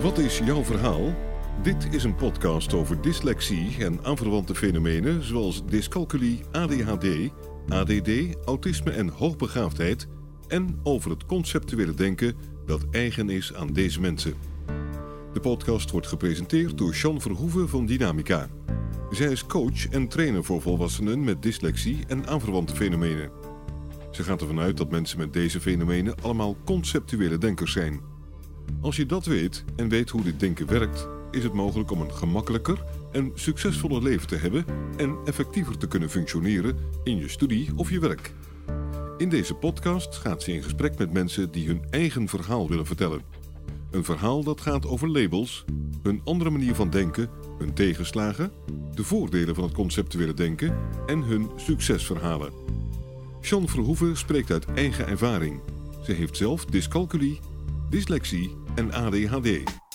Wat is jouw verhaal? Dit is een podcast over dyslexie en aanverwante fenomenen zoals dyscalculie, ADHD, ADD, autisme en hoogbegaafdheid en over het conceptuele denken dat eigen is aan deze mensen. De podcast wordt gepresenteerd door Jean Verhoeven van Dynamica. Zij is coach en trainer voor volwassenen met dyslexie en aanverwante fenomenen. Ze gaat ervan uit dat mensen met deze fenomenen allemaal conceptuele denkers zijn. Als je dat weet en weet hoe dit denken werkt, is het mogelijk om een gemakkelijker en succesvoller leven te hebben en effectiever te kunnen functioneren in je studie of je werk. In deze podcast gaat ze in gesprek met mensen die hun eigen verhaal willen vertellen. Een verhaal dat gaat over labels, hun andere manier van denken, hun tegenslagen, de voordelen van het conceptuele denken en hun succesverhalen. Jean Verhoeven spreekt uit eigen ervaring. Ze heeft zelf dyscalculie, dyslexie en ADHD.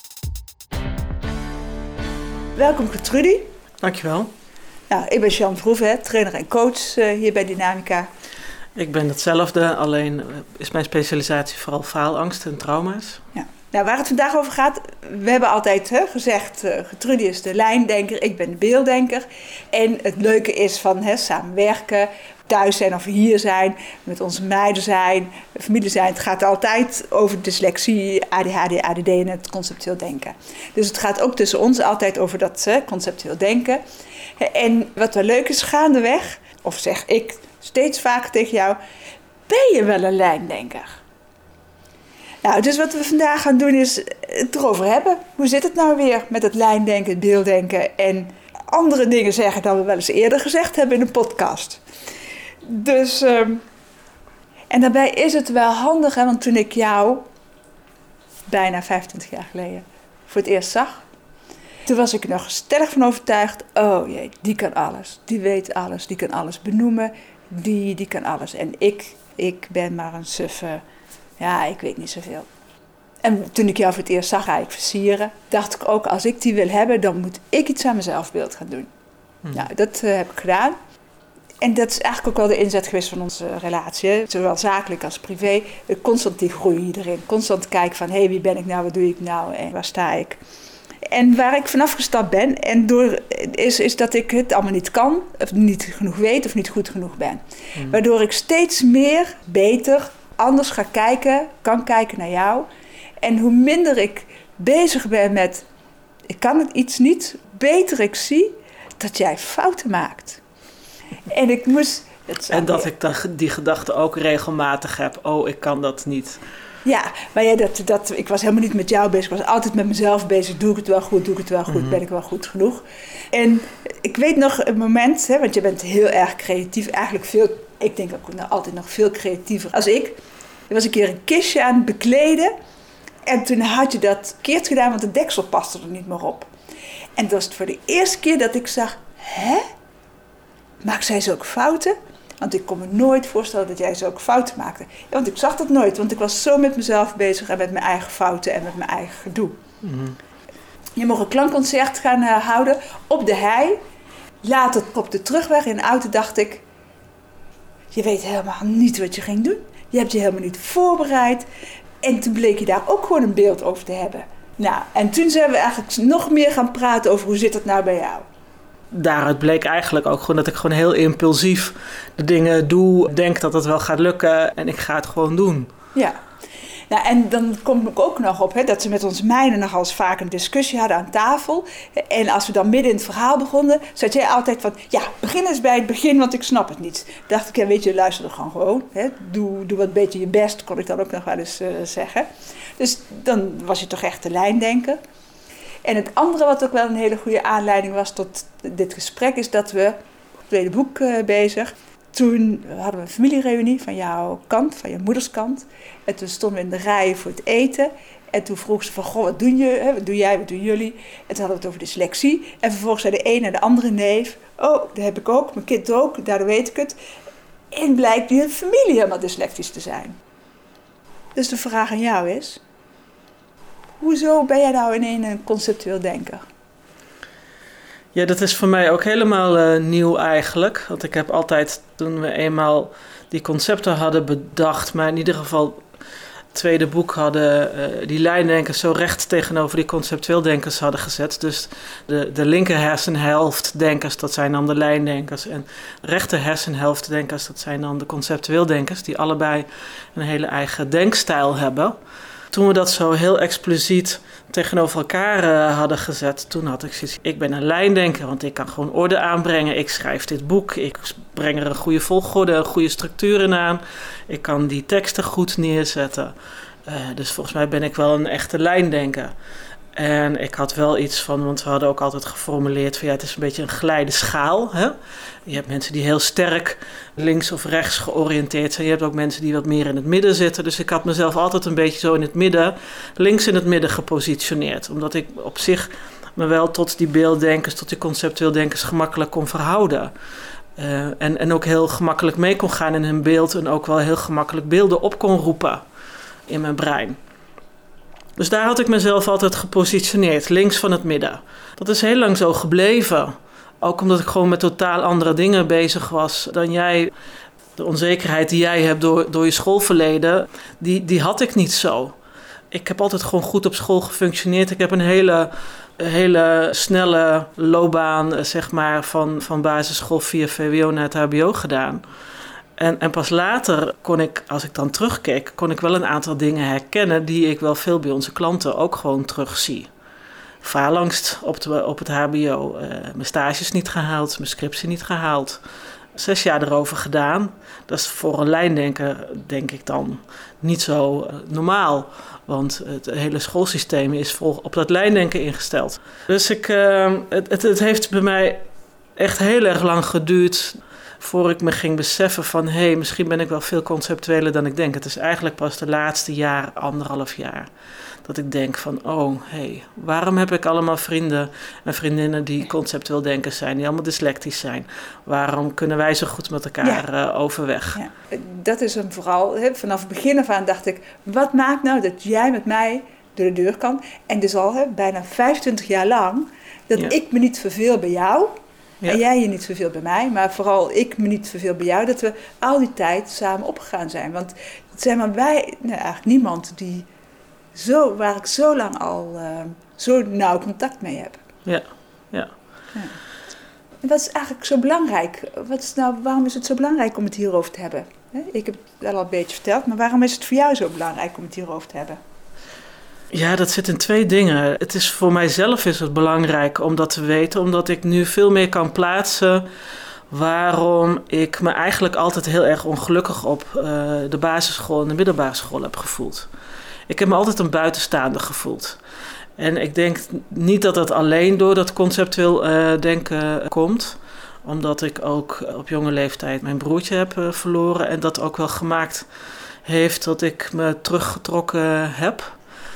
Welkom Gertrudie. Dankjewel. Nou, ik ben Jean Verhoeven, trainer en coach hier bij Dynamica. Ik ben hetzelfde, alleen is mijn specialisatie vooral faalangst en trauma's. Ja. Nou, waar het vandaag over gaat, we hebben altijd gezegd, Gertrudie is de lijndenker, ik ben de beelddenker. En het leuke is van samenwerken, thuis zijn of hier zijn, met onze meiden zijn, familie zijn. Het gaat altijd over dyslexie, ADHD, ADD en het conceptueel denken. Dus het gaat ook tussen ons altijd over dat conceptueel denken. En wat wel leuk is, gaandeweg, of zeg ik steeds vaker tegen jou, ben je wel een lijndenker? Nou, dus wat we vandaag gaan doen is het erover hebben. Hoe zit het nou weer met het lijndenken, het beelddenken en andere dingen zeggen dan we wel eens eerder gezegd hebben in een podcast. Dus, en daarbij is het wel handig, want toen ik jou bijna 25 jaar geleden voor het eerst zag, toen was ik nog stellig van overtuigd, oh jee, die kan alles, die weet alles, die kan alles benoemen, die kan alles. En ik ben maar een suffe, ja, ik weet niet zoveel. En toen ik jou voor het eerst zag eigenlijk versieren, dacht ik ook, als ik die wil hebben, dan moet ik iets aan mijn zelfbeeld gaan doen. Nou, dat heb ik gedaan. En dat is eigenlijk ook wel de inzet geweest van onze relatie, hè? Zowel zakelijk als privé. Constant die groei erin. Constant kijken van, hé, wie ben ik nou, wat doe ik nou en waar sta ik? En waar ik vanaf gestapt ben, en door is dat ik het allemaal niet kan, of niet genoeg weet, of niet goed genoeg ben. Waardoor ik steeds meer, beter, anders kan kijken naar jou. En hoe minder ik bezig ben met, ik kan het iets niet, beter ik zie dat jij fouten maakt. En ik moest... En dat ik die gedachte ook regelmatig heb, oh, ik kan dat niet. Ja, maar ja, ik was helemaal niet met jou bezig. Ik was altijd met mezelf bezig. Doe ik het wel goed? Ben ik wel goed genoeg? En ik weet nog een moment, want je bent heel erg creatief. Eigenlijk veel, ik denk ook altijd nog veel creatiever als ik. Er was een keer een kistje aan het bekleden. En toen had je dat verkeerd gedaan, want de deksel paste er niet meer op. En dat was het voor de eerste keer dat ik zag, maakt zij zulke fouten? Want ik kon me nooit voorstellen dat jij zulke fouten maakte. Ja, want ik zag dat nooit, want ik was zo met mezelf bezig en met mijn eigen fouten en met mijn eigen gedoe. Mm-hmm. Je mocht een klankconcert gaan houden op de hei. Later op de terugweg in de auto dacht ik, je weet helemaal niet wat je ging doen. Je hebt je helemaal niet voorbereid. En toen bleek je daar ook gewoon een beeld over te hebben. Nou, en toen zijn we eigenlijk nog meer gaan praten over hoe zit het nou bij jou. Daaruit bleek eigenlijk ook gewoon dat ik gewoon heel impulsief de dingen doe, denk dat het wel gaat lukken en ik ga het gewoon doen. Ja, nou, en dan kom ik ook nog op dat ze met onze meiden nog eens vaak een discussie hadden aan tafel. En als we dan midden in het verhaal begonnen, zat jij altijd van, ja, begin eens bij het begin, want ik snap het niet. Dacht ik, ja, weet je, luister er gewoon. Doe wat beter je best, kon ik dan ook nog wel eens zeggen. Dus dan was je toch echt de lijndenker. En het andere wat ook wel een hele goede aanleiding was tot dit gesprek, is dat we op het tweede boek bezig. Toen hadden we een familiereunie van jouw kant, van je moeders kant. En toen stonden we in de rij voor het eten. En toen vroeg ze van, goh, wat doe je? Wat doe jij? Wat doen jullie? En toen hadden we het over dyslexie. En vervolgens zei de een en de andere neef, oh, dat heb ik ook, mijn kind ook, daardoor weet ik het. En blijkt die familie helemaal dyslectisch te zijn. Dus de vraag aan jou is, hoezo ben jij nou ineens een conceptueel denker? Ja, dat is voor mij ook helemaal nieuw eigenlijk. Want ik heb altijd, toen we eenmaal die concepten hadden bedacht, maar in ieder geval tweede boek hadden die lijndenkers zo recht tegenover die conceptueel denkers hadden gezet. Dus de linker hersenhelft denkers, dat zijn dan de lijndenkers. En de rechter hersenhelft denkers, dat zijn dan de conceptueel denkers. Die allebei een hele eigen denkstijl hebben. Toen we dat zo heel expliciet tegenover elkaar hadden gezet, toen had ik zoiets. Ik ben een lijndenker, want ik kan gewoon orde aanbrengen. Ik schrijf dit boek, ik breng er een goede volgorde, een goede structuur in aan. Ik kan die teksten goed neerzetten. Dus volgens mij ben ik wel een echte lijndenker. En ik had wel iets van, want we hadden ook altijd geformuleerd van het is een beetje een geleide schaal. Hè? Je hebt mensen die heel sterk links of rechts georiënteerd zijn. Je hebt ook mensen die wat meer in het midden zitten. Dus ik had mezelf altijd een beetje zo in het midden, links in het midden gepositioneerd. Omdat ik op zich me wel tot die beelddenkers, tot die conceptueel denkers gemakkelijk kon verhouden. En ook heel gemakkelijk mee kon gaan in hun beeld en ook wel heel gemakkelijk beelden op kon roepen in mijn brein. Dus daar had ik mezelf altijd gepositioneerd, links van het midden. Dat is heel lang zo gebleven. Ook omdat ik gewoon met totaal andere dingen bezig was dan jij. De onzekerheid die jij hebt door je schoolverleden, die had ik niet zo. Ik heb altijd gewoon goed op school gefunctioneerd. Ik heb een hele snelle loopbaan, zeg maar, van basisschool via VWO naar het HBO gedaan. En pas later kon ik, als ik dan terugkeek, kon ik wel een aantal dingen herkennen die ik wel veel bij onze klanten ook gewoon terugzie. Faalangst op het HBO, mijn stages niet gehaald, mijn scriptie niet gehaald. 6 jaar erover gedaan. Dat is voor een lijndenker, denk ik dan, niet zo normaal. Want het hele schoolsysteem is vol op dat lijndenken ingesteld. Dus het heeft bij mij echt heel erg lang geduurd voor ik me ging beseffen van misschien ben ik wel veel conceptueler dan ik denk. Het is eigenlijk pas de laatste jaar, 1,5 jaar, dat ik denk van waarom heb ik allemaal vrienden en vriendinnen die conceptueel denkers zijn, die allemaal dyslectisch zijn? Waarom kunnen wij zo goed met elkaar overweg? Ja. Dat is hem vooral, vanaf het begin af aan dacht ik, wat maakt nou dat jij met mij door de deur kan? En dus al bijna 25 jaar lang, dat ik me niet verveel bij jou. Ja. En jij je niet verveel bij mij, maar vooral ik me niet verveel bij jou, dat we al die tijd samen opgegaan zijn. Want het zijn maar eigenlijk niemand waar ik zo lang al zo nauw contact mee heb. Ja. En wat is eigenlijk zo belangrijk? Waarom is het zo belangrijk om het hierover te hebben? Ik heb het al een beetje verteld, maar waarom is het voor jou zo belangrijk om het hierover te hebben? Ja, dat zit in 2 dingen. Het is voor mijzelf is het belangrijk om dat te weten, omdat ik nu veel meer kan plaatsen waarom ik me eigenlijk altijd heel erg ongelukkig op de basisschool en de middelbare school heb gevoeld. Ik heb me altijd een buitenstaander gevoeld. En ik denk niet dat dat alleen door dat conceptueel denken komt, omdat ik ook op jonge leeftijd mijn broertje heb verloren en dat ook wel gemaakt heeft dat ik me teruggetrokken heb.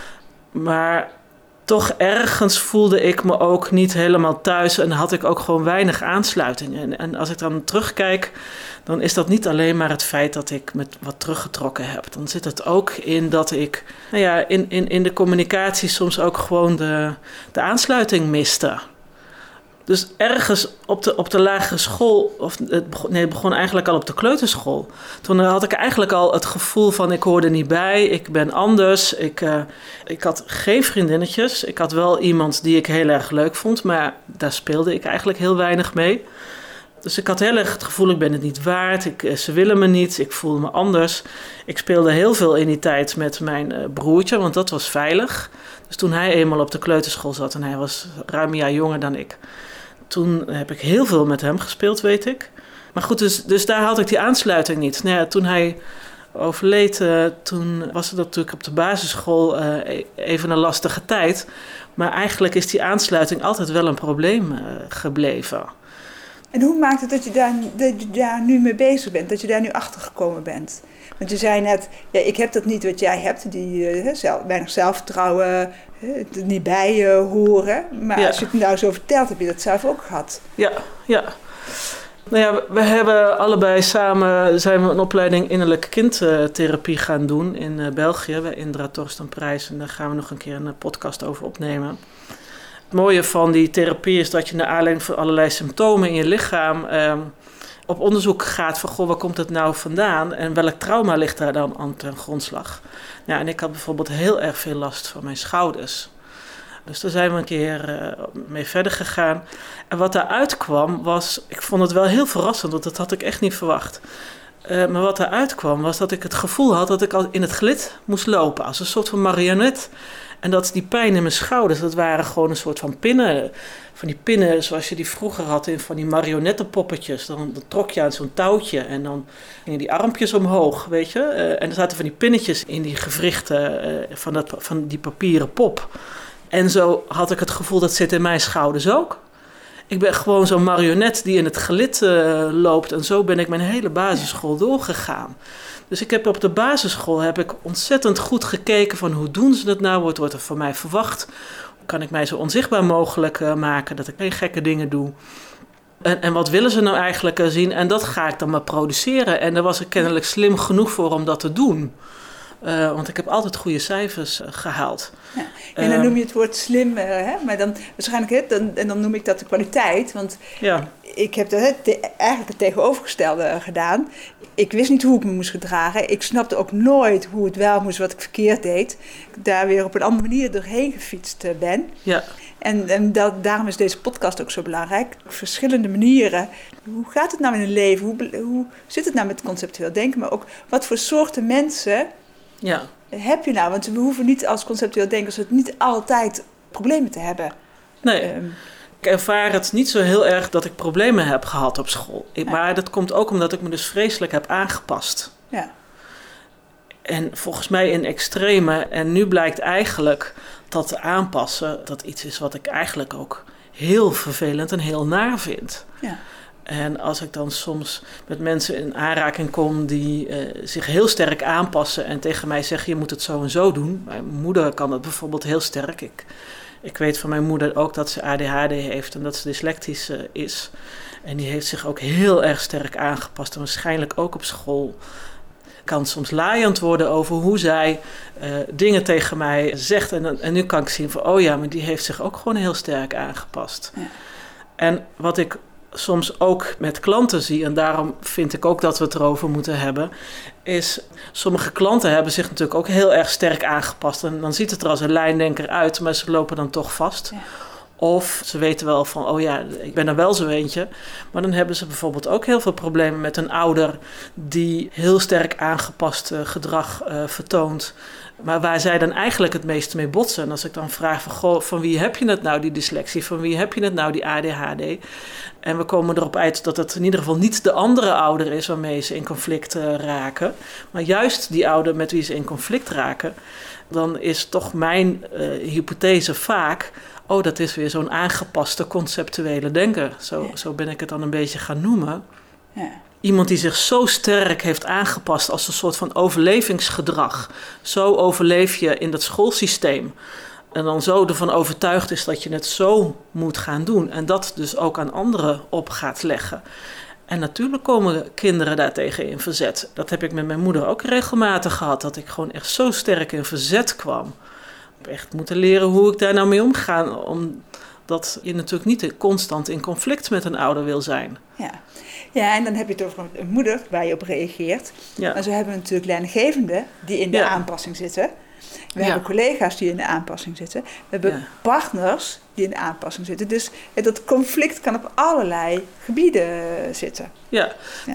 Maar toch ergens voelde ik me ook niet helemaal thuis en had ik ook gewoon weinig aansluiting. En als ik dan terugkijk, dan is dat niet alleen maar het feit dat ik me wat teruggetrokken heb. Dan zit het ook in dat ik in de communicatie soms ook gewoon de aansluiting miste. Dus ergens op de lagere school, het begon eigenlijk al op de kleuterschool. Toen had ik eigenlijk al het gevoel van ik hoorde niet bij, ik ben anders. Ik had geen vriendinnetjes. Ik had wel iemand die ik heel erg leuk vond, maar daar speelde ik eigenlijk heel weinig mee. Dus ik had heel erg het gevoel, ik ben het niet waard, ze willen me niet, ik voelde me anders. Ik speelde heel veel in die tijd met mijn broertje, want dat was veilig. Dus toen hij eenmaal op de kleuterschool zat en hij was ruim een jaar jonger dan ik, toen heb ik heel veel met hem gespeeld, weet ik. Maar goed, dus daar had ik die aansluiting niet. Nou ja, toen hij overleed, toen was het natuurlijk op de basisschool even een lastige tijd. Maar eigenlijk is die aansluiting altijd wel een probleem gebleven. En hoe maakt het dat je daar nu mee bezig bent, dat je daar nu achter gekomen bent? Want je zei net, ik heb dat niet wat jij hebt, weinig zelfvertrouwen, er niet bij horen. Maar als je het nou zo vertelt, heb je dat zelf ook gehad. Ja. Nou ja, we hebben allebei samen zijn we een opleiding innerlijke kindtherapie gaan doen in België, bij Indra Torstenprijs. En daar gaan we nog een keer een podcast over opnemen. Het mooie van die therapie is dat je naar aanleiding van allerlei symptomen in je lichaam op onderzoek gaat van, waar komt het nou vandaan? En welk trauma ligt daar dan aan ten grondslag? Ja, en ik had bijvoorbeeld heel erg veel last van mijn schouders. Dus daar zijn we een keer mee verder gegaan. En wat daaruit kwam was, ik vond het wel heel verrassend, want dat had ik echt niet verwacht. Maar wat daaruit kwam was dat ik het gevoel had dat ik al in het gelid moest lopen. Als een soort van marionet. En dat die pijn in mijn schouders, dat waren gewoon een soort van pinnen. Van die pinnen zoals je die vroeger had in van die marionettenpoppetjes. Dan trok je aan zo'n touwtje en dan gingen die armpjes omhoog, weet je. En er zaten van die pinnetjes in die gewrichten van die papieren pop. En zo had ik het gevoel, dat zit in mijn schouders ook. Ik ben gewoon zo'n marionet die in het gelid loopt. En zo ben ik mijn hele basisschool doorgegaan. Dus ik heb op de basisschool ontzettend goed gekeken van hoe doen ze het nou? Wordt er van mij verwacht? Hoe kan ik mij zo onzichtbaar mogelijk maken dat ik geen gekke dingen doe? En wat willen ze nou eigenlijk zien? En dat ga ik dan maar produceren. En daar was ik kennelijk slim genoeg voor om dat te doen. Want ik heb altijd goede cijfers gehaald. Ja. En dan noem je het woord slim, maar dan waarschijnlijk dan noem ik dat de kwaliteit. Want ik heb eigenlijk het tegenovergestelde gedaan. Ik wist niet hoe ik me moest gedragen. Ik snapte ook nooit hoe het wel moest, wat ik verkeerd deed. Ik daar weer op een andere manier doorheen gefietst ben. Ja. En daarom is deze podcast ook zo belangrijk. Verschillende manieren. Hoe gaat het nou in een leven? Hoe zit het nou met conceptueel denken? Maar ook wat voor soorten mensen heb je nou? Want we hoeven niet als conceptueel denkers niet altijd problemen te hebben. Nee. Ik ervaar het niet zo heel erg dat ik problemen heb gehad op school. Maar dat komt ook omdat ik me dus vreselijk heb aangepast. Ja. En volgens mij in extreme. En nu blijkt eigenlijk dat aanpassen, dat iets is wat ik eigenlijk ook heel vervelend en heel naar vind. Ja. En als ik dan soms met mensen in aanraking kom die zich heel sterk aanpassen en tegen mij zeggen, je moet het zo en zo doen. Mijn moeder kan dat bijvoorbeeld heel sterk. Ik weet van mijn moeder ook dat ze ADHD heeft en dat ze dyslectisch is. En die heeft zich ook heel erg sterk aangepast en waarschijnlijk ook op school. Kan soms laaiend worden over hoe zij dingen tegen mij zegt. En nu kan ik zien van, maar die heeft zich ook gewoon heel sterk aangepast. Ja. En wat ik soms ook met klanten zie, en daarom vind ik ook dat we het erover moeten hebben, is sommige klanten hebben zich natuurlijk ook heel erg sterk aangepast. En dan ziet het er als een lijndenker uit, maar ze lopen dan toch vast. Ja. Of ze weten wel van, ik ben er wel zo eentje. Maar dan hebben ze bijvoorbeeld ook heel veel problemen met een ouder die heel sterk aangepast gedrag vertoont. Maar waar zij dan eigenlijk het meeste mee botsen. En als ik dan vraag van wie heb je het nou, die dyslexie? Van wie heb je het nou, die ADHD? En we komen erop uit dat het in ieder geval niet de andere ouder is waarmee ze in conflict raken. Maar juist die ouder met wie ze in conflict raken. Dan is toch mijn hypothese vaak, dat is weer zo'n aangepaste conceptuele denker. Zo ben ik het dan een beetje gaan noemen. Ja. Iemand die zich zo sterk heeft aangepast als een soort van overlevingsgedrag. Zo overleef je in dat schoolsysteem. En dan zo ervan overtuigd is dat je het zo moet gaan doen. En dat dus ook aan anderen op gaat leggen. En natuurlijk komen kinderen daartegen in verzet. Dat heb ik met mijn moeder ook regelmatig gehad. Dat ik gewoon echt zo sterk in verzet kwam. Ik heb echt moeten leren hoe ik daar nou mee omga. Omdat je natuurlijk niet constant in conflict met een ouder wil zijn. Ja, en dan heb je het over een moeder waar je op reageert. Ja. Maar zo hebben we natuurlijk leidinggevenden die in de aanpassing zitten. We hebben collega's die in de aanpassing zitten. We hebben partners die in de aanpassing zitten. Dus dat conflict kan op allerlei gebieden zitten. Ja,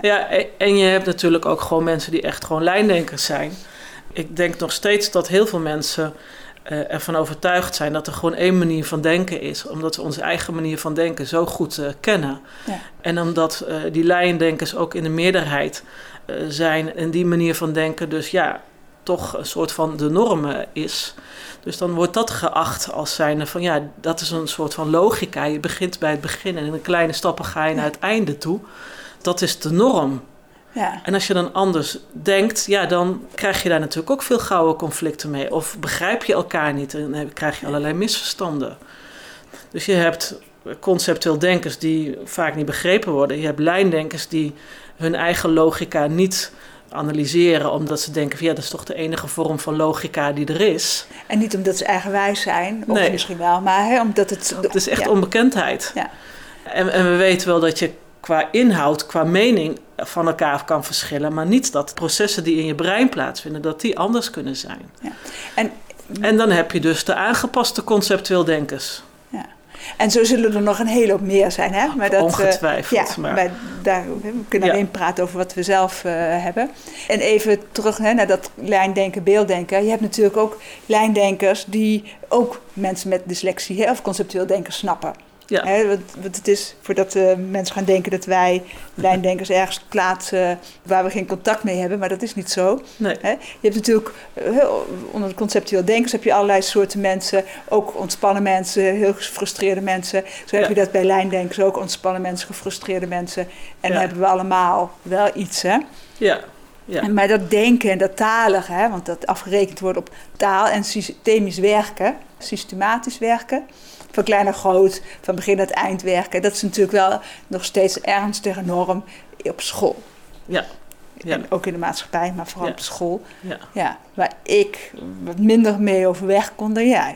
en je hebt natuurlijk ook gewoon mensen die echt gewoon lijndenkers zijn. Ik denk nog steeds dat heel veel mensen ervan overtuigd zijn dat er gewoon één manier van denken is. Omdat we onze eigen manier van denken zo goed kennen. Ja. En omdat die lijndenkers ook in de meerderheid zijn en die manier van denken dus toch een soort van de norm is. Dus dan wordt dat geacht als zijnde van dat is een soort van logica. Je begint bij het begin en in de kleine stappen ga je naar het einde toe. Dat is de norm. Ja. En als je dan anders denkt, dan krijg je daar natuurlijk ook veel gouden conflicten mee. Of begrijp je elkaar niet en dan krijg je allerlei misverstanden. Dus je hebt conceptueel denkers die vaak niet begrepen worden. Je hebt lijndenkers die hun eigen logica niet analyseren, omdat ze denken van dat is toch de enige vorm van logica die er is. En niet omdat ze eigenwijs zijn, of misschien wel, maar omdat het... Het is echt onbekendheid. Ja. En we weten wel dat je qua inhoud, qua mening van elkaar kan verschillen. Maar niet dat processen die in je brein plaatsvinden, dat die anders kunnen zijn. Ja. En dan heb je dus de aangepaste conceptueel denkers. Ja. En zo zullen er nog een hele hoop meer zijn. Hè? Maar dat, ongetwijfeld. Maar we kunnen alleen praten over wat we zelf hebben. En even terug naar dat lijndenken, beelddenken. Je hebt natuurlijk ook lijndenkers die ook mensen met dyslexie of conceptueel denken snappen. Ja. Want het is voordat mensen gaan denken dat wij lijndenkers ergens plaatsen waar we geen contact mee hebben, maar dat is niet zo. Nee. Je hebt natuurlijk onder de conceptueel denkers heb je allerlei soorten mensen, ook ontspannen mensen, heel gefrustreerde mensen. Zo heb je dat bij lijndenkers ook, ontspannen mensen, gefrustreerde mensen. En dan hebben we allemaal wel iets, hè? Ja. Ja. Maar dat denken en dat talige, want dat afgerekend wordt op taal en systematisch werken, van klein naar groot, van begin naar het eind werken. Dat is natuurlijk wel nog steeds ernstige norm op school. Ja. Ja. En ook in de maatschappij, maar vooral op de school. Ja. Ja, waar ik wat minder mee overweg kon dan jij.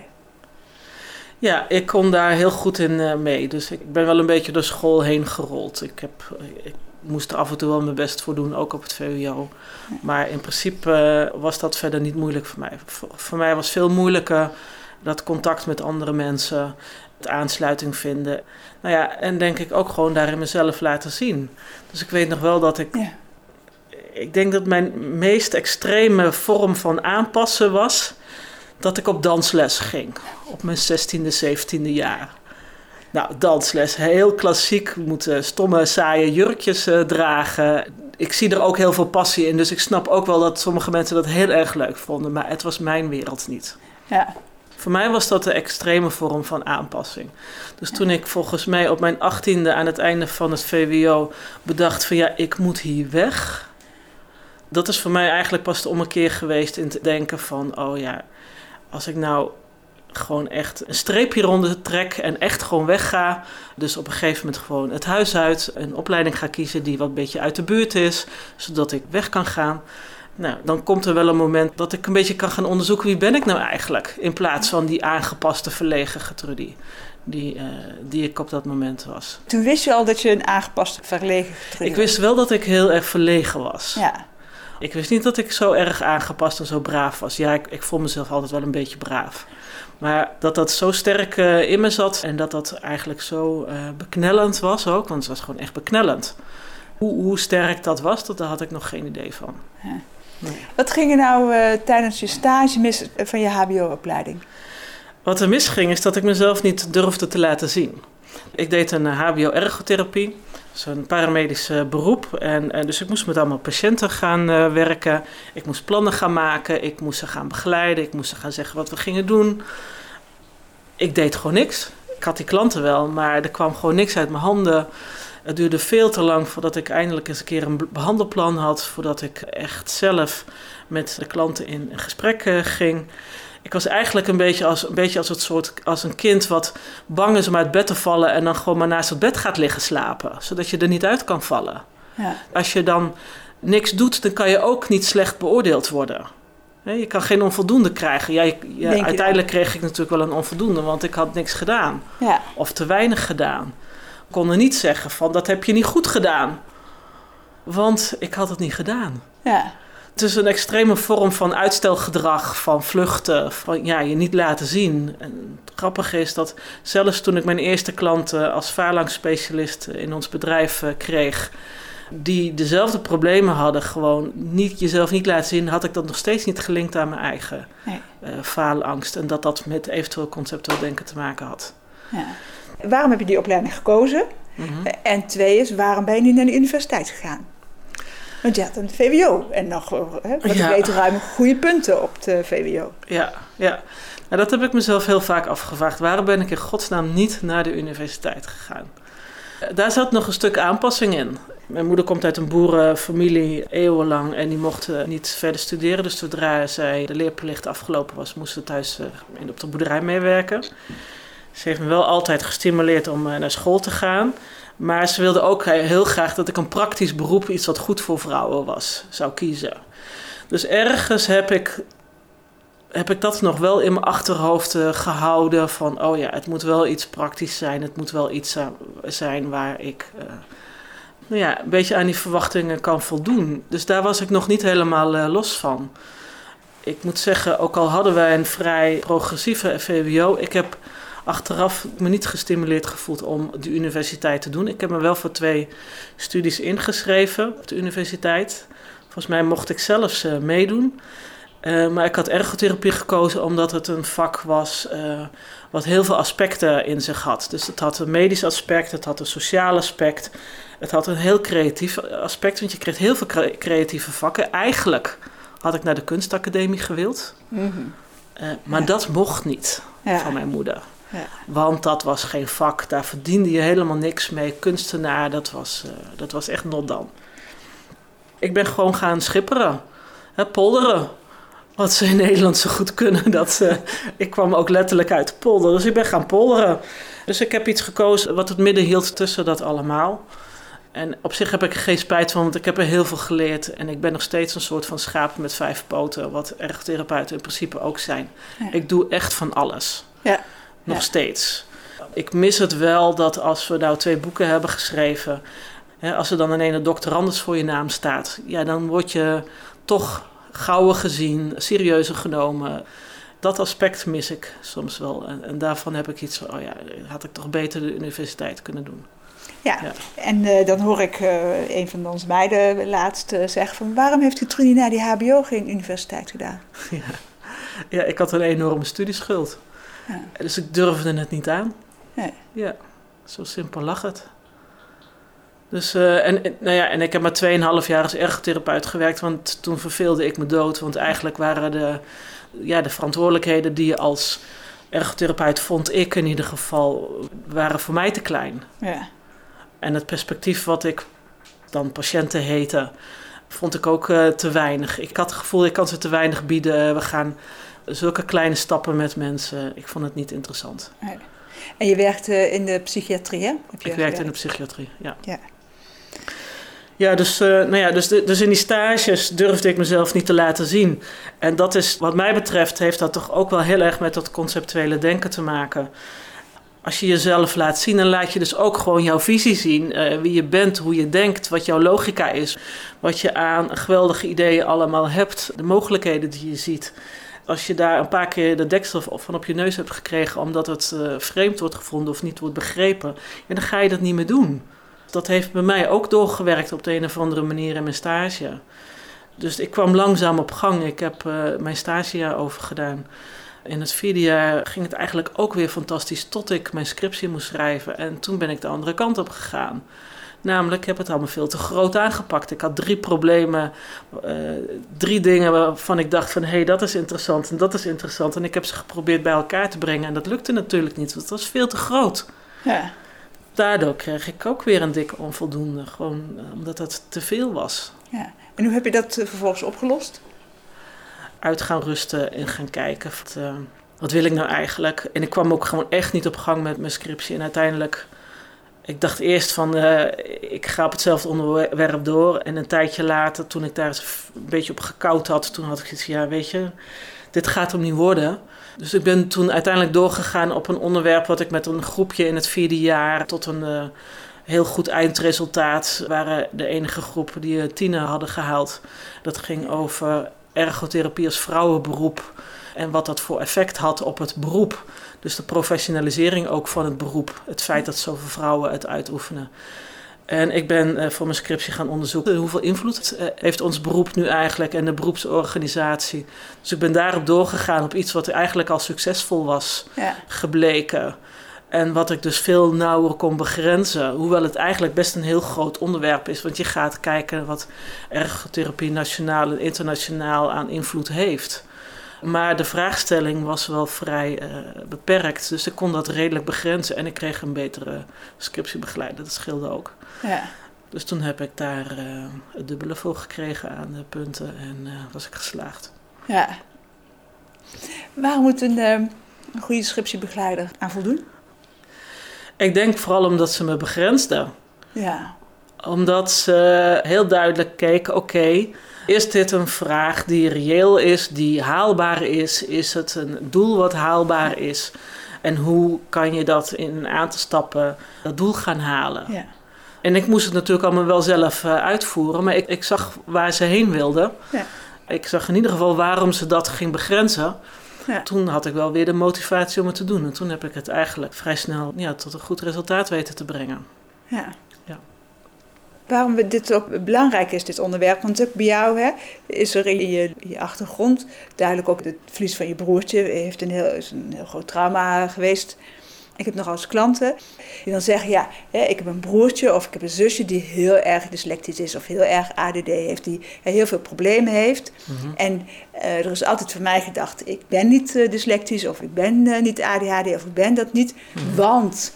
Ja, ik kon daar heel goed in mee. Dus ik ben wel een beetje door school heen gerold. Ik moest er af en toe wel mijn best voor doen, ook op het VWO. Ja. Maar in principe was dat verder niet moeilijk voor mij. Voor mij was veel moeilijker dat contact met andere mensen, het aansluiting vinden. Nou ja, en denk ik ook gewoon daarin mezelf laten zien. Dus ik weet nog wel dat ik... Ja. Ik denk dat mijn meest extreme vorm van aanpassen was dat ik op dansles ging. Op mijn 16e, 17e jaar. Nou, dansles, heel klassiek. We moeten stomme, saaie jurkjes dragen. Ik zie er ook heel veel passie in. Dus ik snap ook wel dat sommige mensen dat heel erg leuk vonden. Maar het was mijn wereld niet. Ja. Voor mij was dat de extreme vorm van aanpassing. Dus toen ik volgens mij op mijn 18e aan het einde van het VWO bedacht van ik moet hier weg. Dat is voor mij eigenlijk pas de ommekeer geweest in te denken van als ik nou gewoon echt een streepje rond trek en echt gewoon wegga. Dus op een gegeven moment gewoon het huis uit, een opleiding ga kiezen die wat een beetje uit de buurt is, zodat ik weg kan gaan. Nou, dan komt er wel een moment dat ik een beetje kan gaan onderzoeken wie ben ik nou eigenlijk. In plaats van die aangepaste verlegen Gertrudie die ik op dat moment was. Toen wist je al dat je een aangepaste verlegen Gertrudie was? Ik wist wel dat ik heel erg verlegen was. Ja. Ik wist niet dat ik zo erg aangepast en zo braaf was. Ja, ik vond mezelf altijd wel een beetje braaf. Maar dat zo sterk in me zat en dat eigenlijk zo beknellend was ook. Want het was gewoon echt beknellend. Hoe sterk dat was, daar had ik nog geen idee van. Ja. Nee. Wat ging er nou tijdens je stage mis van je hbo-opleiding? Wat er misging is dat ik mezelf niet durfde te laten zien. Ik deed een hbo-ergotherapie. Dat is een paramedisch beroep. En dus ik moest met allemaal patiënten gaan werken. Ik moest plannen gaan maken. Ik moest ze gaan begeleiden. Ik moest ze gaan zeggen wat we gingen doen. Ik deed gewoon niks. Ik had die klanten wel, maar er kwam gewoon niks uit mijn handen. Het duurde veel te lang voordat ik eindelijk eens een keer een behandelplan had. Voordat ik echt zelf met de klanten in gesprek ging. Ik was eigenlijk een beetje als een kind wat bang is om uit bed te vallen en dan gewoon maar naast het bed gaat liggen slapen. Zodat je er niet uit kan vallen. Ja. Als je dan niks doet, dan kan je ook niet slecht beoordeeld worden. Je kan geen onvoldoende krijgen. Uiteindelijk kreeg ik natuurlijk wel een onvoldoende, want ik had niks gedaan. Ja. Of te weinig gedaan. Ik kon er niet zeggen van, dat heb je niet goed gedaan. Want ik had het niet gedaan. Ja. Het is een extreme vorm van uitstelgedrag, van vluchten, van je niet laten zien. En het grappige is dat zelfs toen ik mijn eerste klanten als phalanx-specialist in ons bedrijf kreeg, die dezelfde problemen hadden, gewoon jezelf niet laten zien, had ik dat nog steeds niet gelinkt aan mijn eigen faalangst. En dat met eventueel conceptueel denken te maken had. Ja. Waarom heb je die opleiding gekozen? Mm-hmm. En 2 is, waarom ben je niet naar de universiteit gegaan? Want je had een VWO en nog, ik weet ruim goede punten op de VWO. Ja. Nou, dat heb ik mezelf heel vaak afgevraagd. Waarom ben ik in godsnaam niet naar de universiteit gegaan? Daar zat nog een stuk aanpassing in. Mijn moeder komt uit een boerenfamilie eeuwenlang en die mocht niet verder studeren. Dus zodra zij de leerplicht afgelopen was, moest ze thuis op de boerderij meewerken. Ze heeft me wel altijd gestimuleerd om naar school te gaan. Maar ze wilde ook heel graag dat ik een praktisch beroep, iets wat goed voor vrouwen was, zou kiezen. Dus ergens heb ik dat nog wel in mijn achterhoofd gehouden van, het moet wel iets praktisch zijn. Het moet wel iets zijn waar ik een beetje aan die verwachtingen kan voldoen. Dus daar was ik nog niet helemaal los van. Ik moet zeggen, ook al hadden wij een vrij progressieve VWO, ik heb achteraf me niet gestimuleerd gevoeld om de universiteit te doen. Ik heb me wel voor 2 studies ingeschreven op de universiteit. Volgens mij mocht ik zelfs meedoen. Maar ik had ergotherapie gekozen omdat het een vak was wat heel veel aspecten in zich had. Dus het had een medisch aspect, het had een sociaal aspect. Het had een heel creatief aspect, want je kreeg heel veel creatieve vakken. Eigenlijk had ik naar de kunstacademie gewild. Mm-hmm. Maar dat mocht niet van mijn moeder. Ja. Want dat was geen vak, daar verdiende je helemaal niks mee. Kunstenaar, dat was echt not dan. Ik ben gewoon gaan schipperen, polderen. Wat ze in Nederland zo goed kunnen. Ik kwam ook letterlijk uit de polder, dus ik ben gaan polderen. Dus ik heb iets gekozen wat het midden hield tussen dat allemaal. En op zich heb ik er geen spijt van, want ik heb er heel veel geleerd. En ik ben nog steeds een soort van schaap met 5 poten, wat ergotherapeuten in principe ook zijn. Ja. Ik doe echt van alles. Ja. Nog steeds. Ik mis het wel dat als we nou 2 boeken hebben geschreven, als er dan ineens een doctorandus voor je naam staat, dan word je toch gauwer gezien, serieuzer genomen. Dat aspect mis ik soms wel. En daarvan heb ik iets van, had ik toch beter de universiteit kunnen doen. Ja. En dan hoor ik een van onze meiden laatst zeggen van, waarom heeft u Trudy na die HBO geen universiteit gedaan? Ja, ik had een enorme studieschuld. Ja. Dus ik durfde het niet aan. Nee. Ja, zo simpel lag het. Dus, en ik heb maar 2,5 jaar als ergotherapeut gewerkt, want toen verveelde ik me dood. Want eigenlijk waren de verantwoordelijkheden die je als ergotherapeut, vond ik in ieder geval, waren voor mij te klein. Ja. En het perspectief wat ik dan patiënten heette, vond ik ook te weinig. Ik had het gevoel, ik kan ze te weinig bieden. We gaan zulke kleine stappen met mensen. Ik vond het niet interessant. Nee. En je werkte in de psychiatrie, hè? Ik werkte in de psychiatrie, ja. Ja, dus in die stages durfde ik mezelf niet te laten zien. En dat is, wat mij betreft, heeft dat toch ook wel heel erg met dat conceptuele denken te maken. Als je jezelf laat zien, dan laat je dus ook gewoon jouw visie zien. Wie je bent, hoe je denkt, wat jouw logica is. Wat je aan geweldige ideeën allemaal hebt. De mogelijkheden die je ziet. Als je daar een paar keer de deksel van op je neus hebt gekregen, omdat het vreemd wordt gevonden of niet wordt begrepen, dan ga je dat niet meer doen. Dat heeft bij mij ook doorgewerkt op de een of andere manier in mijn stage. Dus ik kwam langzaam op gang. Ik heb mijn stagejaar overgedaan. In het 4e jaar ging het eigenlijk ook weer fantastisch, tot ik mijn scriptie moest schrijven. En toen ben ik de andere kant op gegaan. Namelijk, ik heb het allemaal veel te groot aangepakt. Ik had 3 problemen, 3 dingen waarvan ik dacht van, hé, dat is interessant en dat is interessant. En ik heb ze geprobeerd bij elkaar te brengen en dat lukte natuurlijk niet, want het was veel te groot. Ja. Daardoor kreeg ik ook weer een dikke onvoldoende, gewoon omdat het te veel was. Ja. En hoe heb je dat vervolgens opgelost? Uit gaan rusten en gaan kijken, wat wil ik nou eigenlijk? En ik kwam ook gewoon echt niet op gang met mijn scriptie en uiteindelijk, ik dacht eerst van, ik ga op hetzelfde onderwerp door. En een tijdje later, toen ik daar eens een beetje op gekoud had, toen had ik zoiets, weet je, dit gaat hem niet worden. Dus ik ben toen uiteindelijk doorgegaan op een onderwerp wat ik met een groepje in het 4e jaar tot een heel goed eindresultaat waren. De enige groep die 10 hadden gehaald. Dat ging over ergotherapie als vrouwenberoep en wat dat voor effect had op het beroep. Dus de professionalisering ook van het beroep. Het feit dat zoveel vrouwen het uitoefenen. En ik ben voor mijn scriptie gaan onderzoeken hoeveel invloed heeft ons beroep nu eigenlijk en de beroepsorganisatie. Dus ik ben daarop doorgegaan op iets wat eigenlijk al succesvol was gebleken. En wat ik dus veel nauwer kon begrenzen. Hoewel het eigenlijk best een heel groot onderwerp is. Want je gaat kijken wat ergotherapie nationaal en internationaal aan invloed heeft. Maar de vraagstelling was wel vrij beperkt. Dus ik kon dat redelijk begrenzen. En ik kreeg een betere scriptiebegeleider. Dat scheelde ook. Ja. Dus toen heb ik daar het dubbele voor gekregen aan de punten. En was ik geslaagd. Ja. Waar moet een goede scriptiebegeleider aan voldoen? Ik denk vooral omdat ze me begrensden. Ja. Omdat ze heel duidelijk keken, oké, is dit een vraag die reëel is, die haalbaar is? Is het een doel wat haalbaar is? En hoe kan je dat in een aantal stappen dat doel gaan halen? Ja. En ik moest het natuurlijk allemaal wel zelf uitvoeren, maar ik zag waar ze heen wilden. Ja. Ik zag in ieder geval waarom ze dat ging begrenzen. Ja. Toen had ik wel weer de motivatie om het te doen. En toen heb ik het eigenlijk vrij snel tot een goed resultaat weten te brengen. Ja. Waarom dit ook belangrijk is, dit onderwerp. Want ook bij jou is er in je achtergrond duidelijk ook het verlies van je broertje. Is een heel groot trauma geweest. Ik heb nog als klanten die dan zeggen, ik heb een broertje of ik heb een zusje die heel erg dyslectisch is of heel erg ADD heeft, die heel veel problemen heeft. Mm-hmm. En er is altijd van mij gedacht, ik ben niet dyslectisch of ik ben niet ADHD of ik ben dat niet. Mm-hmm. Want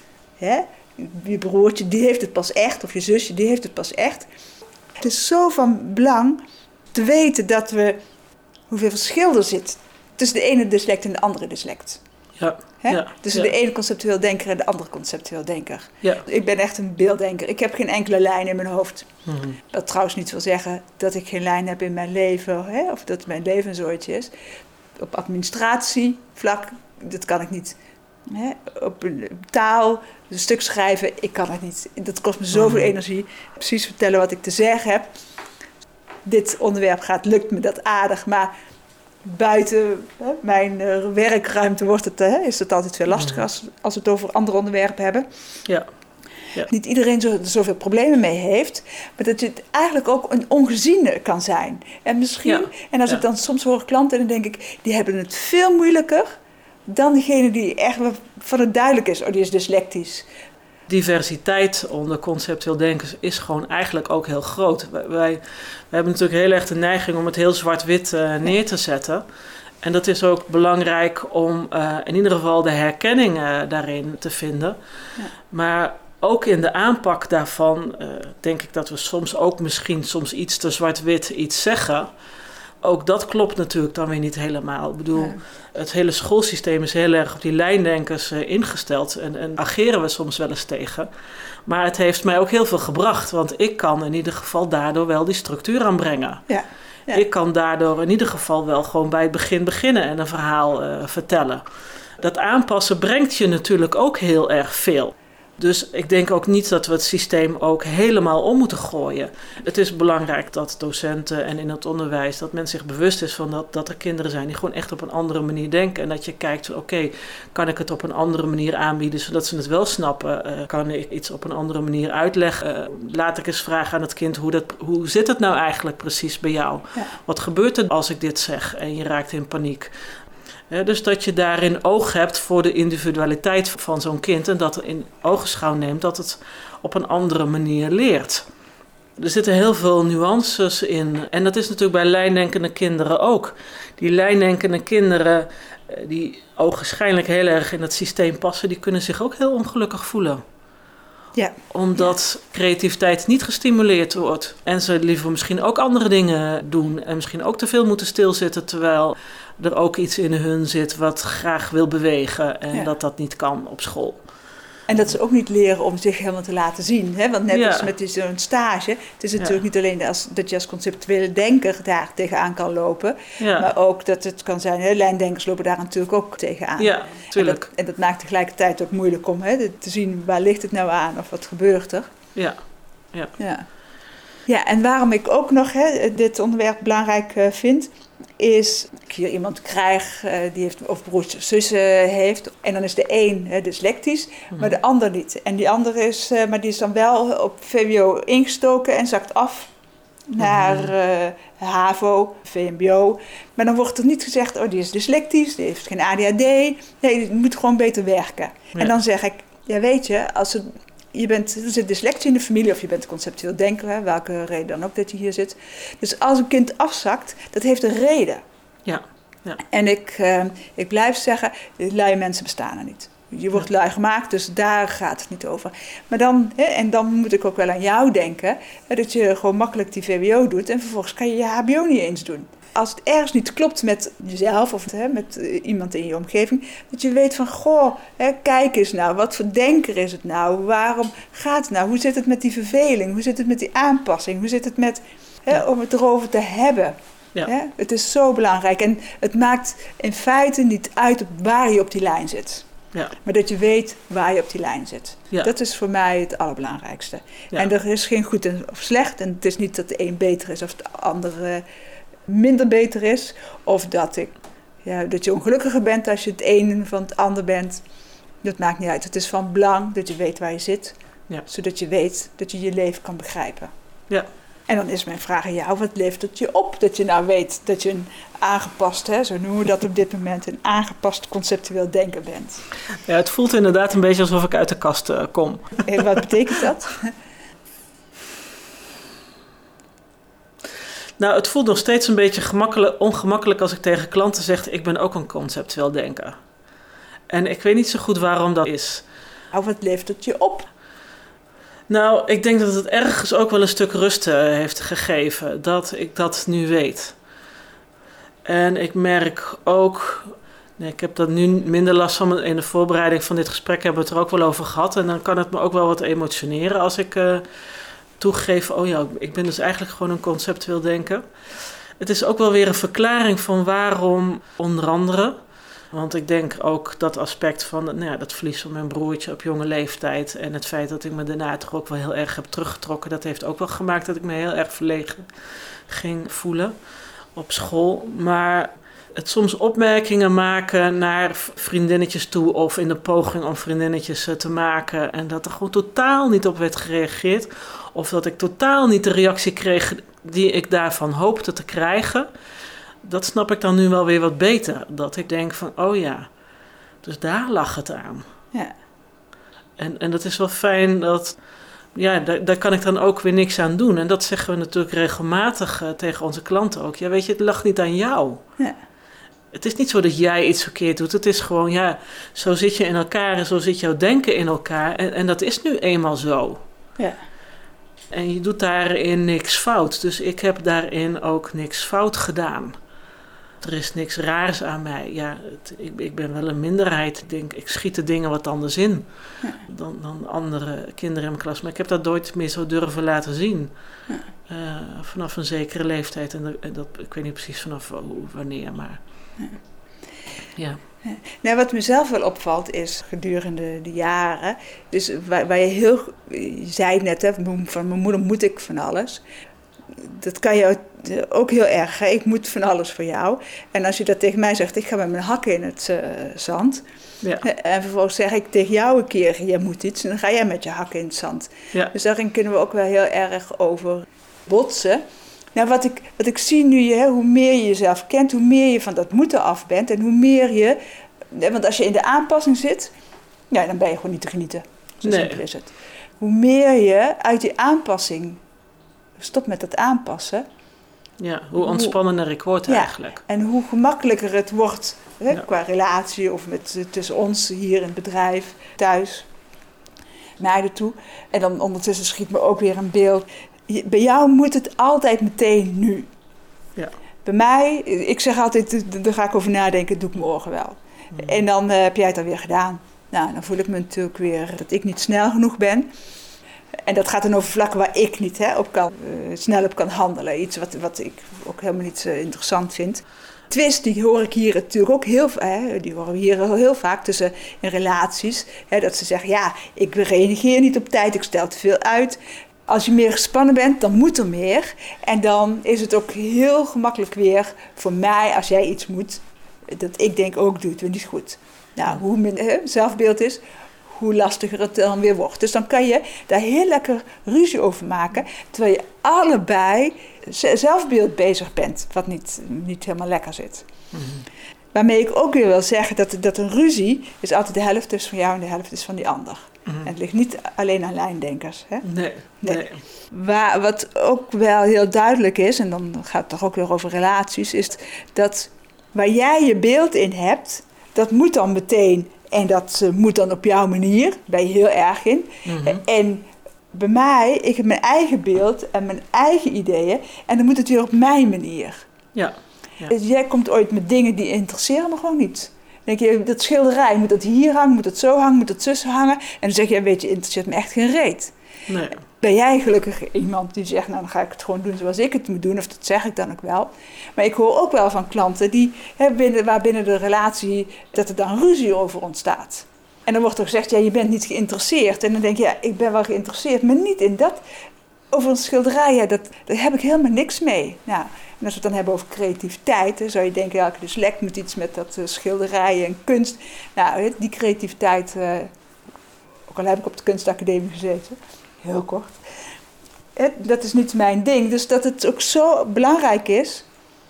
je broertje die heeft het pas echt of je zusje die heeft het pas echt. Het is zo van belang te weten hoeveel verschil er zit tussen de ene dyslect en de andere dyslect. Ja. Tussen de ene conceptueel denker en de andere conceptueel denker. Ja. Ik ben echt een beelddenker. Ik heb geen enkele lijn in mijn hoofd. Mm-hmm. Dat trouwens niet wil zeggen dat ik geen lijn heb in mijn leven. Of dat mijn leven een zooitje is. Op administratievlak, dat kan ik niet. Op taal, een stuk schrijven, ik kan het niet. Dat kost me zoveel energie. Precies vertellen wat ik te zeggen heb. Dit onderwerp lukt me dat aardig, maar buiten mijn werkruimte is het altijd veel lastiger als we het over andere onderwerpen hebben. Ja. Niet iedereen zoveel problemen mee heeft, maar dat het eigenlijk ook een ongeziene kan zijn. En misschien, en als ik dan soms hoor klanten, dan denk ik, die hebben het veel moeilijker dan diegene die echt van het duidelijk is, die is dyslectisch. Diversiteit onder conceptueel denkers is gewoon eigenlijk ook heel groot. Wij hebben natuurlijk heel erg de neiging om het heel zwart-wit neer te zetten. En dat is ook belangrijk om in ieder geval de herkenning daarin te vinden. Ja. Maar ook in de aanpak daarvan denk ik dat we soms iets te zwart-wit iets zeggen. Ook dat klopt natuurlijk dan weer niet helemaal. Ik bedoel, het hele schoolsysteem is heel erg op die lijndenkers ingesteld. En ageren we soms wel eens tegen. Maar het heeft mij ook heel veel gebracht. Want ik kan in ieder geval daardoor wel die structuur aanbrengen. Ja. Ik kan daardoor in ieder geval wel gewoon bij het begin beginnen en een verhaal vertellen. Dat aanpassen brengt je natuurlijk ook heel erg veel. Dus ik denk ook niet dat we het systeem ook helemaal om moeten gooien. Het is belangrijk dat docenten en in het onderwijs, dat men zich bewust is van dat er kinderen zijn die gewoon echt op een andere manier denken. En dat je kijkt, oké, kan ik het op een andere manier aanbieden zodat ze het wel snappen? Kan ik iets op een andere manier uitleggen? Laat ik eens vragen aan het kind, hoe zit het nou eigenlijk precies bij jou? Ja. Wat gebeurt er als ik dit zeg en je raakt in paniek? Dus dat je daarin oog hebt voor de individualiteit van zo'n kind en dat in ogenschouw neemt dat het op een andere manier leert. Er zitten heel veel nuances in en dat is natuurlijk bij lijndenkende kinderen ook. Die lijndenkende kinderen die ogenschijnlijk heel erg in het systeem passen, die kunnen zich ook heel ongelukkig voelen. Ja. Omdat creativiteit niet gestimuleerd wordt en ze liever misschien ook andere dingen doen en misschien ook te veel moeten stilzitten terwijl er ook iets in hun zit wat graag wil bewegen en dat niet kan op school. En dat ze ook niet leren om zich helemaal te laten zien. Hè? Want net als met zo'n stage, het is natuurlijk niet alleen dat je als conceptuele denker daar tegenaan kan lopen, maar ook dat het kan zijn, lijndenkers lopen daar natuurlijk ook tegenaan. Ja, tuurlijk. En dat maakt tegelijkertijd ook moeilijk om te zien waar ligt het nou aan of wat gebeurt er. Ja, en waarom ik ook nog dit onderwerp belangrijk vind, is dat ik hier iemand krijg die heeft of broers of zussen heeft. En dan is de een dyslectisch, maar de ander niet. En die andere die is dan wel op VWO ingestoken en zakt af naar HAVO, VMBO. Maar dan wordt er niet gezegd, die is dyslectisch, die heeft geen ADHD. Nee, die moet gewoon beter werken. Ja. En dan zeg ik, weet je, er zit dyslexie in de familie of je bent conceptueel denker, welke reden dan ook dat je hier zit. Dus als een kind afzakt, dat heeft een reden. Ja. En ik blijf zeggen, lui mensen bestaan er niet. Je wordt lui gemaakt, dus daar gaat het niet over. Maar dan moet ik ook wel aan jou denken, dat je gewoon makkelijk die VWO doet en vervolgens kan je je HBO niet eens doen. Als het ergens niet klopt met jezelf of met iemand in je omgeving, dat je weet van, kijk eens nou, wat voor denker is het nou? Waarom gaat het nou? Hoe zit het met die verveling? Hoe zit het met die aanpassing? Hoe zit het met, om het erover te hebben? Ja. Het is zo belangrijk en het maakt in feite niet uit waar je op die lijn zit. Ja. Maar dat je weet waar je op die lijn zit. Ja. Dat is voor mij het allerbelangrijkste. Ja. En er is geen goed of slecht. En het is niet dat de een beter is of de ander minder beter is. Of dat je ongelukkiger bent als je het een van het ander bent. Dat maakt niet uit. Het is van belang dat je weet waar je zit. Ja. Zodat je weet dat je je leven kan begrijpen. Ja. En dan is mijn vraag aan jou, wat levert het je op? Dat je nou weet dat je een aangepast, zo noemen we dat op dit moment, een aangepast conceptueel denker bent. Ja, het voelt inderdaad een beetje alsof ik uit de kast kom. En wat betekent dat? Nou, het voelt nog steeds een beetje ongemakkelijk als ik tegen klanten zeg, ik ben ook een conceptueel denker. En ik weet niet zo goed waarom dat is. Nou, wat levert het je op? Nou, ik denk dat het ergens ook wel een stuk rust heeft gegeven, dat ik dat nu weet. En ik merk ook, ik heb dat nu minder last van, in de voorbereiding van dit gesprek hebben we het er ook wel over gehad. En dan kan het me ook wel wat emotioneren als ik toegeef, ik ben dus eigenlijk gewoon een conceptueel denker. Het is ook wel weer een verklaring van waarom, onder andere. Want ik denk ook dat aspect van dat verlies van mijn broertje op jonge leeftijd en het feit dat ik me daarna toch ook wel heel erg heb teruggetrokken, dat heeft ook wel gemaakt dat ik me heel erg verlegen ging voelen op school. Maar het soms opmerkingen maken naar vriendinnetjes toe of in de poging om vriendinnetjes te maken en dat er gewoon totaal niet op werd gereageerd of dat ik totaal niet de reactie kreeg die ik daarvan hoopte te krijgen. Dat snap ik dan nu wel weer wat beter. Dat ik denk van, dus daar lag het aan. Ja. En dat is wel fijn dat, daar kan ik dan ook weer niks aan doen. En dat zeggen we natuurlijk regelmatig tegen onze klanten ook. Ja, weet je, het lag niet aan jou. Ja. Het is niet zo dat jij iets verkeerd doet. Het is gewoon, zo zit je in elkaar en zo zit jouw denken in elkaar. En dat is nu eenmaal zo. Ja. En je doet daarin niks fout. Dus ik heb daarin ook niks fout gedaan. Er is niks raars aan mij. Ja, ik ben wel een minderheid. Ik schiet de dingen wat anders in dan andere kinderen in mijn klas. Maar ik heb dat nooit meer zo durven laten zien. Ja. Vanaf een zekere leeftijd. En dat, ik weet niet precies vanaf wanneer, maar ja. Nou, wat mezelf wel opvalt is gedurende de jaren, dus waar je zei net, van mijn moeder moet ik van alles. Dat kan je ook heel erg. Hè? Ik moet van alles voor jou. En als je dat tegen mij zegt, ik ga met mijn hakken in het zand. Ja. En vervolgens zeg ik tegen jou een keer, jij moet iets. En dan ga jij met je hakken in het zand. Ja. Dus daarin kunnen we ook wel heel erg over botsen. Nou, wat ik zie nu, hoe meer je jezelf kent, hoe meer je van dat moeten af bent. En hoe meer je, want als je in de aanpassing zit, dan ben je gewoon niet te genieten. Zo simpel is het. Hoe meer je uit die aanpassing stop met het aanpassen. Ja, hoe ontspannender ik word eigenlijk. En hoe gemakkelijker het wordt qua relatie of tussen ons hier in het bedrijf, thuis, naar de toe. En dan ondertussen schiet me ook weer een beeld. Bij jou moet het altijd meteen nu. Ja. Bij mij, ik zeg altijd, daar ga ik over nadenken, doe ik morgen wel. En dan heb jij het alweer gedaan. Nou, dan voel ik me natuurlijk weer dat ik niet snel genoeg ben. En dat gaat dan over vlakken waar ik niet snel op kan handelen. Iets wat ik ook helemaal niet interessant vind. Twist, die hoor ik hier natuurlijk ook heel vaak tussen in relaties. Dat ze zeggen, ik reageer niet op tijd, ik stel te veel uit. Als je meer gespannen bent, dan moet er meer. En dan is het ook heel gemakkelijk weer voor mij, als jij iets moet, dat ik denk, doe het weer niet goed. Nou, hoe minder zelfbeeld is, hoe lastiger het dan weer wordt. Dus dan kan je daar heel lekker ruzie over maken, terwijl je allebei zelfbeeld bezig bent, wat niet helemaal lekker zit. Mm-hmm. Waarmee ik ook weer wil zeggen dat een ruzie is altijd de helft is van jou en de helft is van die ander. Mm-hmm. En het ligt niet alleen aan lijndenkers. Hè? Nee. Wat ook wel heel duidelijk is, en dan gaat het toch ook weer over relaties, is dat waar jij je beeld in hebt, dat moet dan meteen. En dat moet dan op jouw manier, daar ben je heel erg in. Mm-hmm. En bij mij, ik heb mijn eigen beeld en mijn eigen ideeën. En dan moet het weer op mijn manier. Ja. Dus jij komt ooit met dingen die interesseren me gewoon niet. Dan denk je, dat schilderij, moet dat hier hangen, moet dat zo hangen, moet dat zussen hangen. En dan zeg je, weet je, interesseert me echt geen reet. Nee. Ben jij gelukkig iemand die zegt, nou dan ga ik het gewoon doen zoals ik het moet doen. Of dat zeg ik dan ook wel. Maar ik hoor ook wel van klanten die binnen de relatie, dat er dan ruzie over ontstaat. En dan wordt er gezegd, ja, je bent niet geïnteresseerd. En dan denk je, ja, ik ben wel geïnteresseerd, maar niet in dat. Over een schilderij, ja, daar heb ik helemaal niks mee. Nou, en als we het dan hebben over creativiteit, dan zou je denken, ja, dus lekt moet iets met dat schilderijen en kunst. Nou, die creativiteit, ook al heb ik op de kunstacademie gezeten, heel kort. Dat is niet mijn ding. Dus dat het ook zo belangrijk is,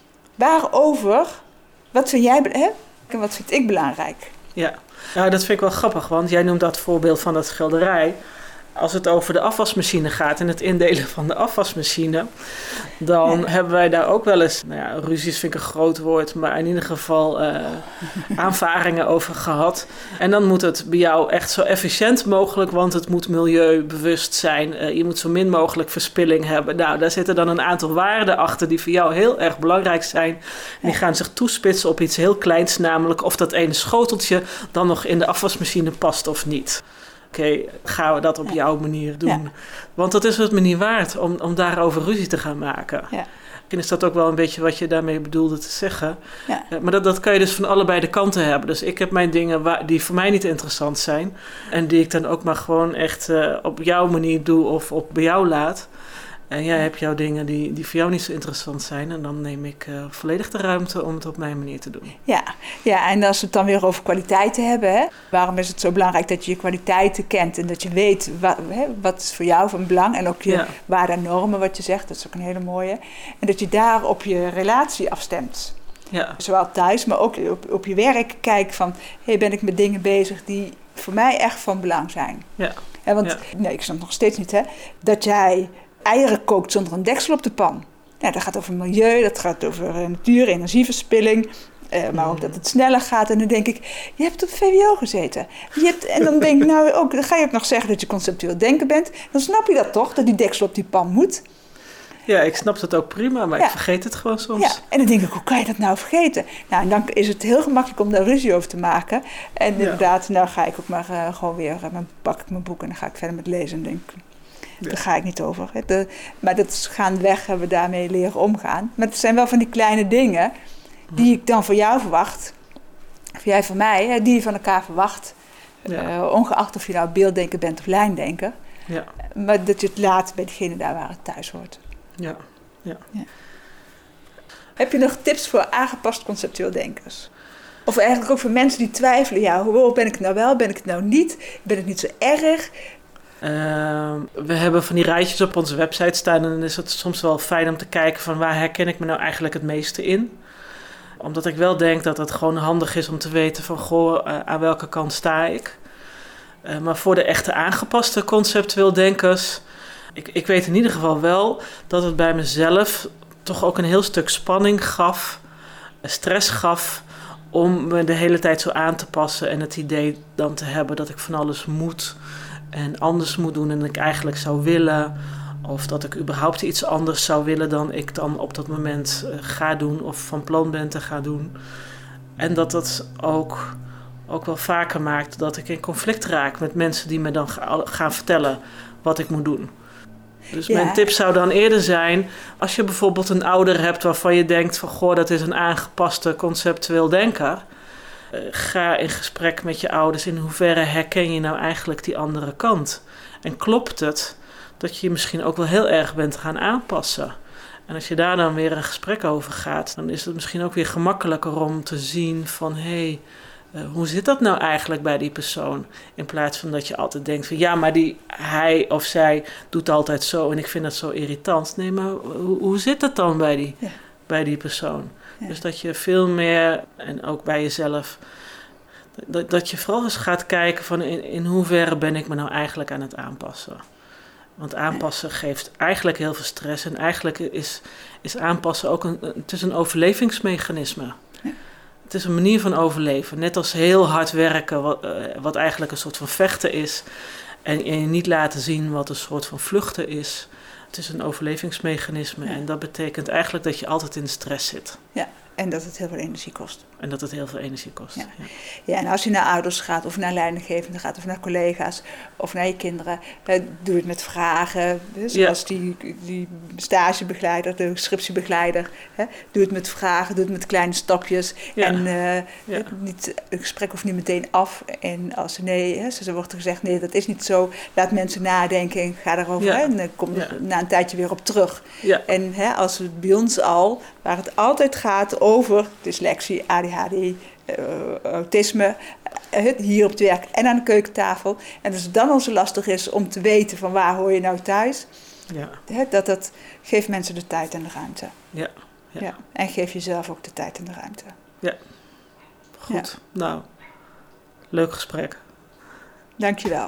waarover, wat vind jij en wat vind ik belangrijk? Ja, nou, dat vind ik wel grappig, want jij noemt dat voorbeeld van dat schilderij. Als het over de afwasmachine gaat en het indelen van de afwasmachine, dan hebben wij daar ook wel eens, ruzies vind ik een groot woord, maar in ieder geval aanvaringen over gehad. En dan moet het bij jou echt zo efficiënt mogelijk, want het moet milieubewust zijn. Je moet zo min mogelijk verspilling hebben. Nou, daar zitten dan een aantal waarden achter die voor jou heel erg belangrijk zijn. En die gaan zich toespitsen op iets heel kleins, namelijk of dat ene schoteltje dan nog in de afwasmachine past of niet. Oké, gaan we dat op jouw manier doen. Ja. Want dat is het me niet waard om daarover ruzie te gaan maken. Ja. Misschien is dat ook wel een beetje wat je daarmee bedoelde te zeggen. Ja. Maar dat kan je dus van allebei de kanten hebben. Dus ik heb mijn dingen die voor mij niet interessant zijn. En die ik dan ook maar gewoon echt op jouw manier doe of bij jou laat. En jij hebt jouw dingen die voor jou niet zo interessant zijn. En dan neem ik volledig de ruimte om het op mijn manier te doen. Ja, en als we het dan weer over kwaliteiten hebben. Hè? Waarom is het zo belangrijk dat je je kwaliteiten kent. En dat je weet wat is voor jou van belang. En ook je waarden en normen wat je zegt. Dat is ook een hele mooie. En dat je daar op je relatie afstemt. Ja. Zowel thuis, maar ook op je werk. Kijk van, ben ik met dingen bezig die voor mij echt van belang zijn. Ja. Want ik snap nog steeds niet dat jij eieren kookt zonder een deksel op de pan. Ja, dat gaat over milieu, dat gaat over natuur, energieverspilling. Maar ook dat het sneller gaat. En dan denk ik, je hebt op VWO gezeten. En dan denk ik, dan ga je ook nog zeggen dat je conceptueel denken bent. Dan snap je dat toch, dat die deksel op die pan moet. Ja, ik snap dat ook prima, maar ik vergeet het gewoon soms. Ja, en dan denk ik, hoe kan je dat nou vergeten? Nou, en dan is het heel gemakkelijk om daar ruzie over te maken. En inderdaad, nou ga ik ook maar gewoon weer, pak ik mijn boek en dan ga ik verder met lezen en denk daar ga ik niet over. Maar dat is gaandeweg hebben we daarmee leren omgaan. Maar het zijn wel van die kleine dingen die ik dan voor jou verwacht. Of jij van mij, die je van elkaar verwacht. Ja. Ongeacht of je nou beelddenker bent of lijndenker. Ja. Maar dat je het laat bij degene daar waar het thuis hoort. Ja. Heb je nog tips voor aangepast conceptueel denkers? Of eigenlijk ook voor mensen die twijfelen. Hoe ben ik het nou wel, ben ik het nou niet? Ben ik niet zo erg? We hebben van die rijtjes op onze website staan en dan is het soms wel fijn om te kijken van waar herken ik me nou eigenlijk het meeste in. Omdat ik wel denk dat het gewoon handig is om te weten van aan welke kant sta ik. Maar voor de echte aangepaste conceptueel denkers, ik weet in ieder geval wel dat het bij mezelf toch ook een heel stuk spanning gaf, stress gaf om me de hele tijd zo aan te passen en het idee dan te hebben dat ik van alles moet en anders moet doen dan ik eigenlijk zou willen. Of dat ik überhaupt iets anders zou willen dan ik dan op dat moment ga doen of van plan ben te gaan doen. En dat ook wel vaker maakt dat ik in conflict raak met mensen die me dan gaan vertellen wat ik moet doen. Dus mijn tip zou dan eerder zijn, als je bijvoorbeeld een ouder hebt waarvan je denkt van dat is een aangepaste conceptueel denker. Ga in gesprek met je ouders. In hoeverre herken je nou eigenlijk die andere kant? En klopt het dat je je misschien ook wel heel erg bent gaan aanpassen? En als je daar dan weer een gesprek over gaat, dan is het misschien ook weer gemakkelijker om te zien van hoe zit dat nou eigenlijk bij die persoon? In plaats van dat je altijd denkt van maar hij of zij doet altijd zo en ik vind dat zo irritant. Nee, maar hoe zit dat dan bij die persoon? Ja. Dus dat je veel meer, en ook bij jezelf, dat je vooral eens gaat kijken van in hoeverre ben ik me nou eigenlijk aan het aanpassen. Want aanpassen geeft eigenlijk heel veel stress en eigenlijk is aanpassen ook een overlevingsmechanisme. Ja. Het is een manier van overleven. Net als heel hard werken, wat eigenlijk een soort van vechten is. En je niet laten zien wat een soort van vluchten is. Het is een overlevingsmechanisme. Ja. En dat betekent eigenlijk dat je altijd in de stress zit. Ja, en dat het heel veel energie kost. En dat het heel veel energie kost. Ja. Ja, en als je naar ouders gaat, of naar leidinggevenden gaat, of naar collega's, of naar je kinderen, doe het met vragen. Zoals die stagebegeleider, de scriptiebegeleider. Doe het met vragen, doe het met kleine stapjes. Ja. En het gesprek hoeft niet meteen af. En als ze wordt er gezegd, nee, dat is niet zo. Laat mensen nadenken en ga daarover. Ja. En dan kom je na een tijdje weer op terug. Ja. En als het bij ons al, waar het altijd gaat over dyslexie, ADHD, autisme, hier op het werk en aan de keukentafel. En als het dan al zo lastig is om te weten van waar hoor je nou thuis, dat geeft mensen de tijd en de ruimte. Ja. En geef jezelf ook de tijd en de ruimte. Ja, goed. Ja. Nou, leuk gesprek. Dankjewel.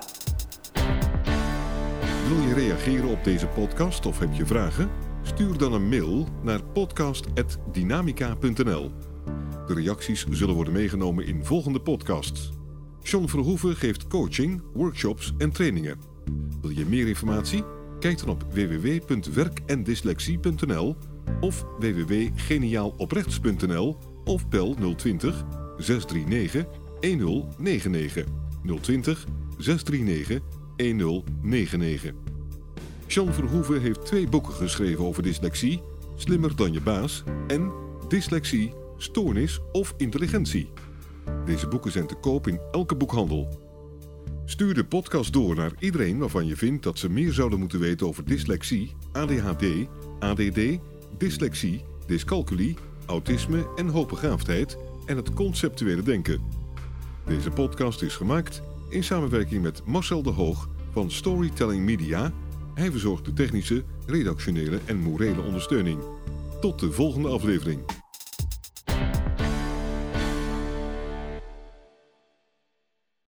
Wil je reageren op deze podcast of heb je vragen? Stuur dan een mail naar podcast@dynamica.nl. De reacties zullen worden meegenomen in volgende podcasts. John Verhoeven geeft coaching, workshops en trainingen. Wil je meer informatie? Kijk dan op www.werkendyslexie.nl of www.geniaaloprechts.nl of bel 020 639 1099. 020 639 1099. John Verhoeven heeft 2 boeken geschreven over dyslexie, Slimmer dan je baas en Dyslexie, stoornis of intelligentie. Deze boeken zijn te koop in elke boekhandel. Stuur de podcast door naar iedereen waarvan je vindt dat ze meer zouden moeten weten over dyslexie, ADHD, ADD, dyslexie, dyscalculie, autisme en hoogbegaafdheid en het conceptuele denken. Deze podcast is gemaakt in samenwerking met Marcel de Hoog van Storytelling Media. Hij verzorgt de technische, redactionele en morele ondersteuning. Tot de volgende aflevering.